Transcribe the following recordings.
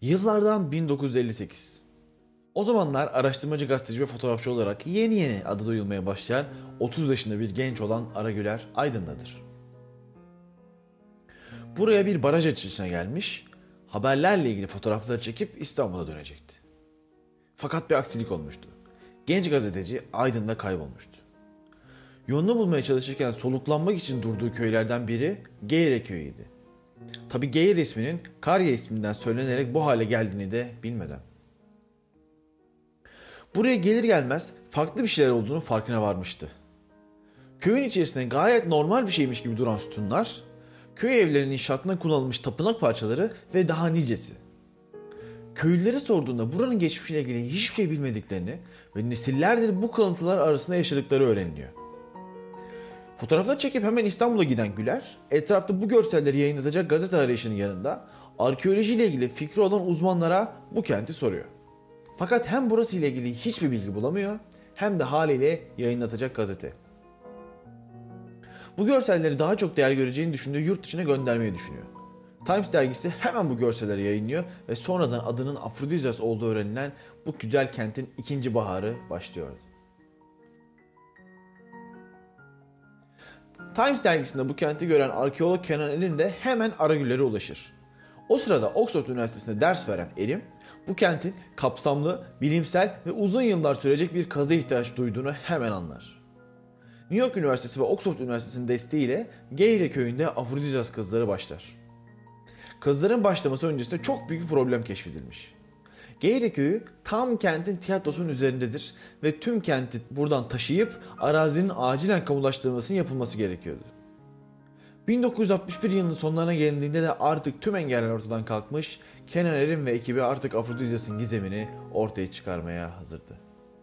Yıllardan 1958. O zamanlar araştırmacı, gazeteci ve fotoğrafçı olarak yeni adı duyulmaya başlayan 30 yaşında bir genç olan Ara Güler Aydın'dadır. Buraya bir baraj açılışına gelmiş, haberlerle ilgili fotoğrafları çekip İstanbul'a dönecekti. Fakat bir aksilik olmuştu. Genç gazeteci Aydın'da kaybolmuştu. Yolunu bulmaya çalışırken soluklanmak için durduğu köylerden biri Geyrek köyüydü. Tabi Geyre isminin Karya isminden söylenerek bu hale geldiğini de bilmeden. Buraya gelir gelmez farklı bir şeyler olduğunu farkına varmıştı. Köyün içerisinde gayet normal bir şeymiş gibi duran sütunlar, köy evlerinin inşaatına kullanılmış tapınak parçaları ve daha nicesi. Köylülere sorduğunda buranın geçmişiyle ilgili hiçbir şey bilmediklerini ve nesillerdir bu kalıntılar arasında yaşadıkları öğreniliyor. Fotoğraflar çekip hemen İstanbul'a giden Güler, etrafta bu görselleri yayınlatacak gazete arayışının yanında arkeolojiyle ilgili fikri olan uzmanlara bu kenti soruyor. Fakat hem burası ile ilgili hiçbir bilgi bulamıyor hem de haliyle yayınlatacak gazete. Bu görselleri daha çok değer göreceğini düşündüğü yurt dışına göndermeyi düşünüyor. Times dergisi hemen bu görselleri yayınlıyor ve sonradan adının Afrodizyas olduğu öğrenilen bu güzel kentin ikinci baharı başlıyordu. Times dergisinde bu kenti gören arkeolog Kenan Erim de hemen Ara Güler'e ulaşır. O sırada Oxford Üniversitesi'nde ders veren Erim, bu kentin kapsamlı, bilimsel ve uzun yıllar sürecek bir kazı ihtiyaç duyduğunu hemen anlar. New York Üniversitesi ve Oxford Üniversitesi'nin desteğiyle Geyre köyünde Afrodizyas kazıları başlar. Kazıların başlaması öncesinde çok büyük bir problem keşfedilmiş. Geyre köyü tam kentin tiyatrosunun üzerindedir ve tüm kenti buradan taşıyıp arazinin acilen kamulaştırılmasının yapılması gerekiyordu. 1961 yılının sonlarına gelindiğinde de artık tüm engeller ortadan kalkmış, Kenan Erim ve ekibi artık Afrodizyas'ın gizemini ortaya çıkarmaya hazırdı.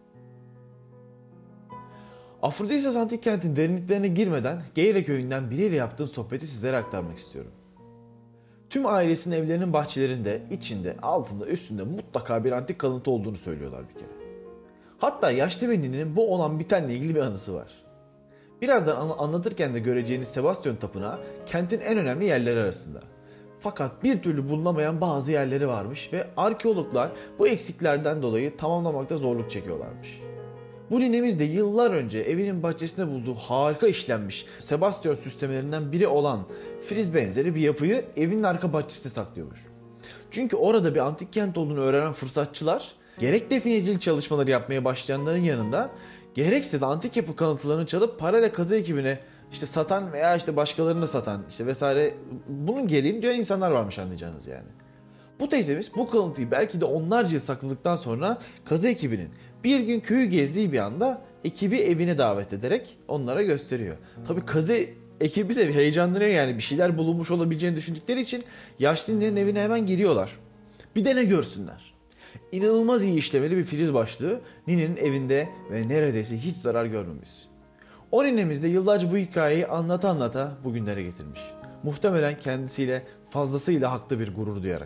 Afrodizyas antik kentin derinliklerine girmeden Geyre köyünden biriyle yaptığım sohbeti sizlere aktarmak istiyorum. Tüm ailesinin evlerinin bahçelerinde, içinde, altında, üstünde mutlaka bir antik kalıntı olduğunu söylüyorlar bir kere. Hatta yaşlı bir ninenin bu olan bitenle ilgili bir anısı var. Birazdan anlatırken de göreceğiniz Sebastian Tapınağı kentin en önemli yerleri arasında. Fakat bir türlü bulunamayan bazı yerleri varmış ve arkeologlar bu eksiklerden dolayı tamamlamakta zorluk çekiyorlarmış. Bu ninemiz de yıllar önce evinin bahçesinde bulduğu harika işlenmiş Sebastian süslemelerinden biri olan friz benzeri bir yapıyı evinin arka bahçesinde saklıyormuş. Çünkü orada bir antik kent olduğunu öğrenen fırsatçılar gerek definecilik çalışmaları yapmaya başlayanların yanında gerekse de antik yapı kalıntılarını çalıp parayla kazı ekibine satan veya başkalarına satan vesaire bunun gereğini duyan insanlar varmış anlayacağınız yani. Bu teyzemiz bu kalıntıyı belki de onlarca yıl sakladıktan sonra kazı ekibinin bir gün köyü gezdiği bir anda ekibi evine davet ederek onlara gösteriyor. Tabii kazı ekibi de heyecanlanıyor yani bir şeyler bulunmuş olabileceğini düşündükleri için yaşlı ninenin evine hemen giriyorlar. Bir de ne görsünler. İnanılmaz iyi işlemeli bir filiz başlığı ninenin evinde ve neredeyse hiç zarar görmemiş. O ninemiz de yıllarca bu hikayeyi anlata bugünlere getirmiş. Muhtemelen kendisiyle fazlasıyla haklı bir gurur duyarak.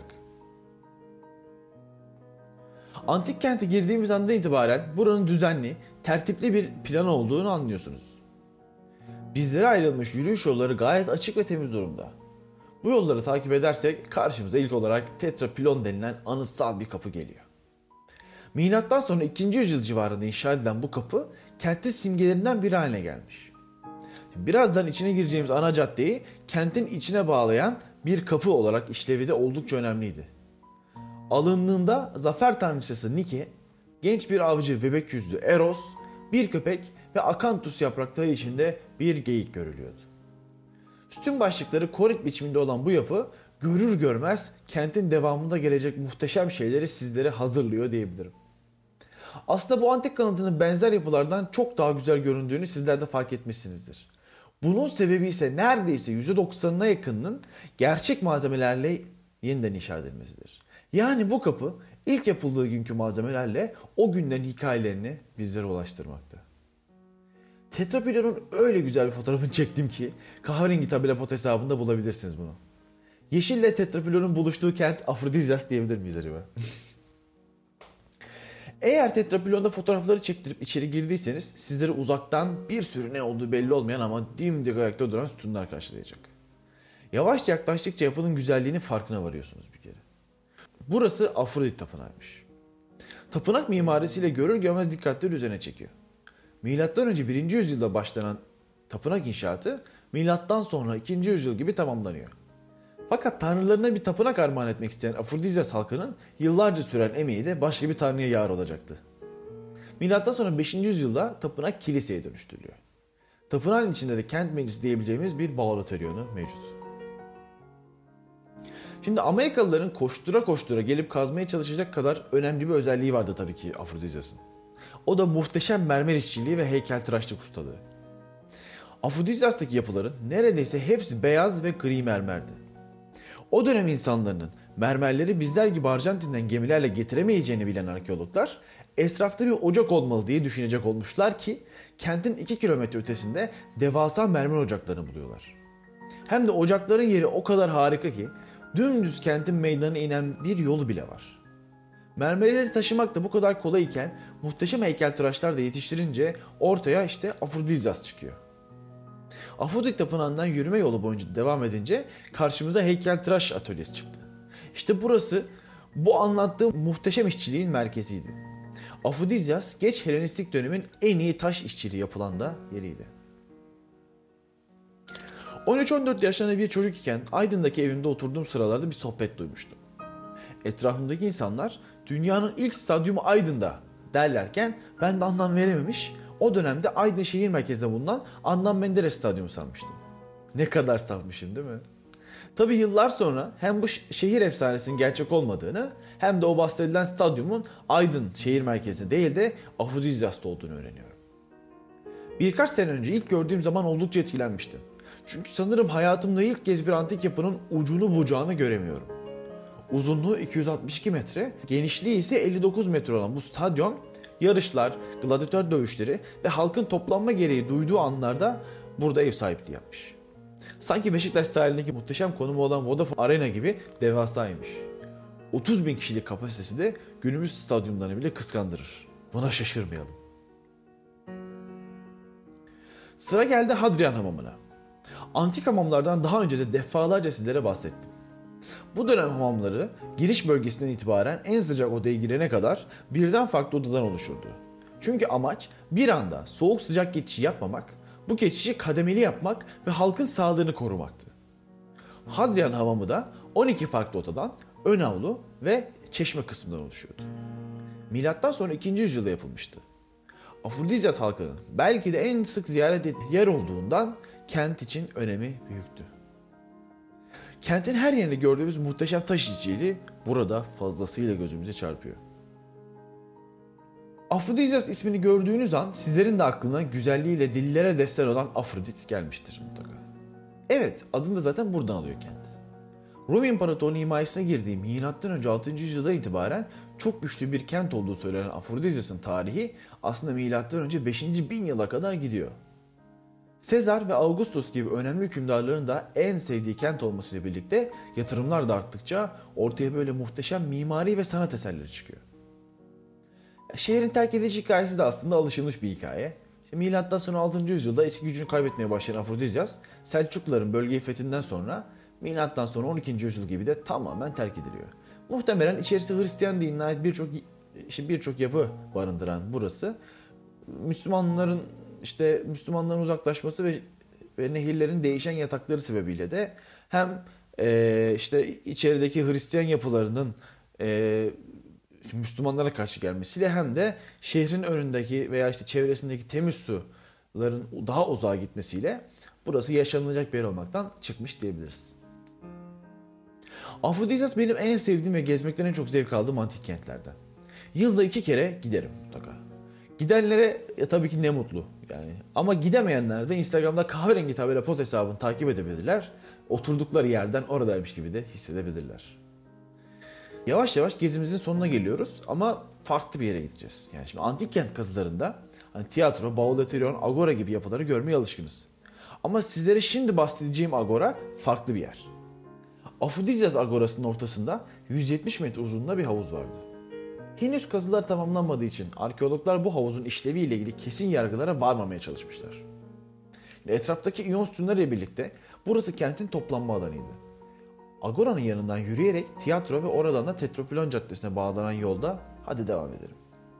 Antik kente girdiğimiz andan itibaren buranın düzenli, tertipli bir plan olduğunu anlıyorsunuz. Bizlere ayrılmış yürüyüş yolları gayet açık ve temiz durumda. Bu yolları takip edersek karşımıza ilk olarak tetrapilon denilen anıtsal bir kapı geliyor. Milattan sonra 2. yüzyıl civarında inşa edilen bu kapı kentin simgelerinden biri haline gelmiş. Birazdan içine gireceğimiz ana caddeyi kentin içine bağlayan bir kapı olarak işlevi de oldukça önemliydi. Alındığında zafer tanrıçası Nike, genç bir avcı bebek yüzlü Eros, bir köpek ve akantus yaprakları içinde bir geyik görülüyordu. Sütun başlıkları korit biçiminde olan bu yapı görür görmez kentin devamında gelecek muhteşem şeyleri sizlere hazırlıyor diyebilirim. Aslında bu antik kalıntının benzer yapılardan çok daha güzel göründüğünü sizler de fark etmişsinizdir. Bunun sebebi ise neredeyse %90'ına yakınının gerçek malzemelerle yeniden inşa edilmesidir. Yani bu kapı ilk yapıldığı günkü malzemelerle o günden hikayelerini bizlere ulaştırmakta. Tetrapilon'un öyle güzel bir fotoğrafını çektim ki kahverengi tabela pot hesabında bulabilirsiniz bunu. Yeşille Tetrapilon'un buluştuğu kent Afrodizyas diyebilir miyiz acaba? Eğer Tetrapilon'da fotoğrafları çektirip içeri girdiyseniz sizlere uzaktan bir sürü ne olduğu belli olmayan ama dimdik ayakta duran sütunlar karşılayacak. Yavaşça yaklaştıkça yapının güzelliğinin farkına varıyorsunuz bir kere. Burası Afrodit Tapınağı'ymış. Tapınak mimarisiyle görür görmez dikkatleri üzerine çekiyor. Milattan önce 1. yüzyılda başlanan tapınak inşaatı milattan sonra 2. yüzyıl gibi tamamlanıyor. Fakat tanrılarına bir tapınak armağan etmek isteyen Afrodizyas halkının yıllarca süren emeği de başka bir tanrıya yar olacaktı. Milattan sonra 5. yüzyılda tapınak kiliseye dönüştürülüyor. Tapınağın içinde de kent meclisi diyebileceğimiz bir bağlatoryonu mevcut. Şimdi Amerikalıların koştura koştura gelip kazmaya çalışacak kadar önemli bir özelliği vardı tabii ki Afrodizyas'ın. O da muhteşem mermer işçiliği ve heykeltıraşlık ustalığı. Afrodizyas'taki yapıların neredeyse hepsi beyaz ve gri mermerdi. O dönem insanlarının mermerleri bizler gibi Arjantin'den gemilerle getiremeyeceğini bilen arkeologlar etrafta bir ocak olmalı diye düşünecek olmuşlar ki kentin 2 kilometre ötesinde devasa mermer ocaklarını buluyorlar. Hem de ocakların yeri o kadar harika ki dümdüz kentin meydanına inen bir yolu bile var. Mermerleri taşımak da bu kadar kolay iken muhteşem heykeltıraşlar da yetiştirince ortaya işte Afrodizyas çıkıyor. Afrodit Tapınağı'ndan yürüme yolu boyunca devam edince karşımıza heykeltıraş atölyesi çıktı. İşte burası bu anlattığım muhteşem işçiliğin merkeziydi. Afrodizyas geç Helenistik dönemin en iyi taş işçiliği yapılan da yeriydi. 13-14 yaşlarında bir çocuk iken Aydın'daki evimde oturduğum sıralarda bir sohbet duymuştum. Etrafımdaki insanlar dünyanın ilk stadyumu Aydın'da derlerken ben de anlam verememiş, o dönemde Aydın şehir merkezinde bulunan Adnan Menderes Stadyumu sanmıştım. Ne kadar safmışım değil mi? Tabi yıllar sonra hem bu şehir efsanesinin gerçek olmadığını hem de o bahsedilen stadyumun Aydın şehir merkezinde değil de Afrodizyas'ta olduğunu öğreniyorum. Birkaç sene önce ilk gördüğüm zaman oldukça etkilenmiştim. Çünkü sanırım hayatımda ilk kez bir antik yapının ucunu bucağını göremiyorum. Uzunluğu 262 metre, genişliği ise 59 metre olan bu stadyum, yarışlar, gladyatör dövüşleri ve halkın toplanma gereği duyduğu anlarda burada ev sahipliği yapmış. Sanki Beşiktaş sahilindeki muhteşem konumu olan Vodafone Arena gibi devasaymış. 30 bin kişilik kapasitesi de günümüz stadyumlarını bile kıskandırır. Buna şaşırmayalım. Sıra geldi Hadrian Hamamı'na. Antik hamamlardan daha önce de defalarca sizlere bahsettim. Bu dönem hamamları giriş bölgesinden itibaren en sıcak odaya girene kadar birden farklı odadan oluşurdu. Çünkü amaç bir anda soğuk sıcak geçişi yapmamak, bu geçişi kademeli yapmak ve halkın sağlığını korumaktı. Hadrian Hamamı da 12 farklı odadan, ön avlu ve çeşme kısmından oluşuyordu. Milattan sonra 2. yüzyılda yapılmıştı. Afrodizyas halkının belki de en sık ziyaret ettiği yer olduğundan kent için önemi büyüktü. Kentin her yerinde gördüğümüz muhteşem taş işçiliği burada fazlasıyla gözümüze çarpıyor. Afrodizyas ismini gördüğünüz an sizlerin de aklına güzelliğiyle dillere destan olan Afrodit gelmiştir mutlaka. Evet, adını da zaten buradan alıyor kent. Rum İmparatorluğu himayesine girdiği M.Ö. 6. yüzyıldan itibaren çok güçlü bir kent olduğu söylenen Afrodizyas'ın tarihi aslında M.Ö. 5. bin yıla kadar gidiyor. Sezar ve Augustus gibi önemli hükümdarların da en sevdiği kent olmasıyla birlikte yatırımlar da arttıkça ortaya böyle muhteşem mimari ve sanat eserleri çıkıyor. Şehrin terk ediliş hikayesi de aslında alışılmış bir hikaye. Milattan sonra 6. yüzyılda eski gücünü kaybetmeye başlayan Afrodizyas, Selçukluların bölgeyi fethinden sonra milattan sonra 12. yüzyıl gibi de tamamen terk ediliyor. Muhtemelen içerisi Hristiyan dinine ait birçok yapı barındıran burası Müslümanların uzaklaşması ve nehirlerin değişen yatakları sebebiyle de hem içerideki Hristiyan yapılarının Müslümanlara karşı gelmesiyle hem de şehrin önündeki veya çevresindeki temiz suların daha uzağa gitmesiyle burası yaşanılacak bir yer olmaktan çıkmış diyebiliriz. Afrodizyas benim en sevdiğim ve gezmekten en çok zevk aldığım antik kentlerden. Yılda 2 kere giderim mutlaka. Gidenlere tabii ki ne mutlu yani. Ama gidemeyenler de Instagram'da kahverengi tabela pot hesabını takip edebilirler. Oturdukları yerden oradaymış gibi de hissedebilirler. Yavaş yavaş gezimizin sonuna geliyoruz ama farklı bir yere gideceğiz. Yani şimdi antik kent kazılarında tiyatro, baudatrion, agora gibi yapıları görmeye alışkınız. Ama sizlere şimdi bahsedeceğim agora farklı bir yer. Afrodizyas agorasının ortasında 170 metre uzunluğunda bir havuz vardı. Henüz kazılar tamamlanmadığı için arkeologlar bu havuzun işleviyle ilgili kesin yargılara varmamaya çalışmışlar. Etraftaki iyon sütunlarıyla birlikte burası kentin toplanma alanıydı. Agora'nın yanından yürüyerek tiyatro ve oradan da Tetropilon Caddesi'ne bağlanan yolda hadi devam edelim.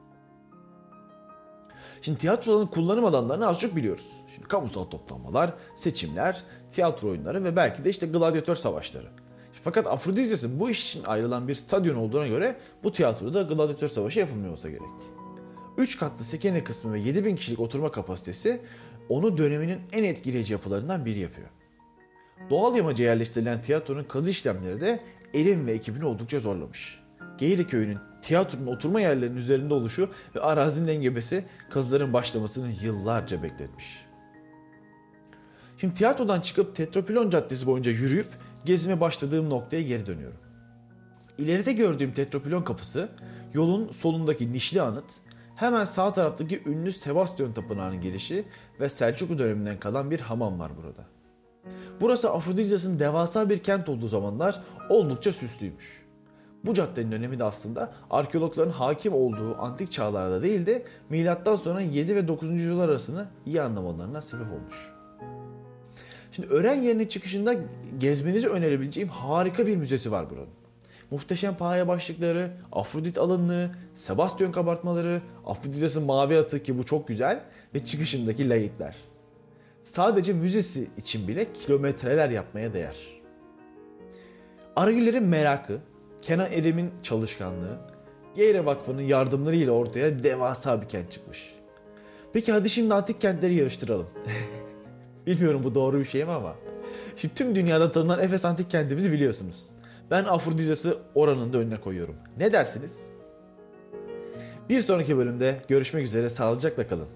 Şimdi tiyatroların kullanım alanlarını az çok biliyoruz. Şimdi kamusal toplanmalar, seçimler, tiyatro oyunları ve belki de işte gladyatör savaşları. Fakat Afrodizyas'ın bu iş için ayrılan bir stadyon olduğuna göre bu tiyatroda gladyatör savaşı yapılmıyor olsa gerek. 3 katlı skene kısmı ve 7000 kişilik oturma kapasitesi onu döneminin en etkileyici yapılarından biri yapıyor. Doğal yamaca yerleştirilen tiyatronun kazı işlemleri de Erim ve ekibini oldukça zorlamış. Geyle köyünün tiyatronun oturma yerlerinin üzerinde oluşu ve arazinin engebesi kazıların başlamasını yıllarca bekletmiş. Şimdi tiyatrodan çıkıp Tetropilon Caddesi boyunca yürüyüp gezime başladığım noktaya geri dönüyorum. İleride gördüğüm Tetropilon kapısı, yolun solundaki nişli anıt, hemen sağ taraftaki ünlü Sebastion Tapınağı'nın gelişi ve Selçuklu döneminden kalan bir hamam var burada. Burası Afrodizyas'ın devasa bir kent olduğu zamanlar oldukça süslüymüş. Bu caddenin önemi de aslında arkeologların hakim olduğu antik çağlarda değil de milattan sonra 7 ve 9. yüzyıllar arasını iyi anlamalarına sebep olmuş. Şimdi öğren yerinin çıkışında gezmenizi önerebileceğim harika bir müzesi var buranın. Muhteşem pahaya başlıkları, Afrodit alınlığı, Sebastion kabartmaları, Afrodizyas'ın mavi atı ki bu çok güzel ve çıkışındaki layıklar. Sadece müzesi için bile kilometreler yapmaya değer. Aragüller'in merakı, Kenan Erim'in çalışkanlığı, Geyre Vakfı'nın yardımlarıyla ortaya devasa bir kent çıkmış. Peki hadi şimdi antik kentleri yarıştıralım. Bilmiyorum bu doğru bir şey mi ama. Şimdi tüm dünyada tanınan Efes antik kentimizi biliyorsunuz. Ben Afrodizyas'ı oranın da önüne koyuyorum. Ne dersiniz? Bir sonraki bölümde görüşmek üzere, sağlıcakla kalın.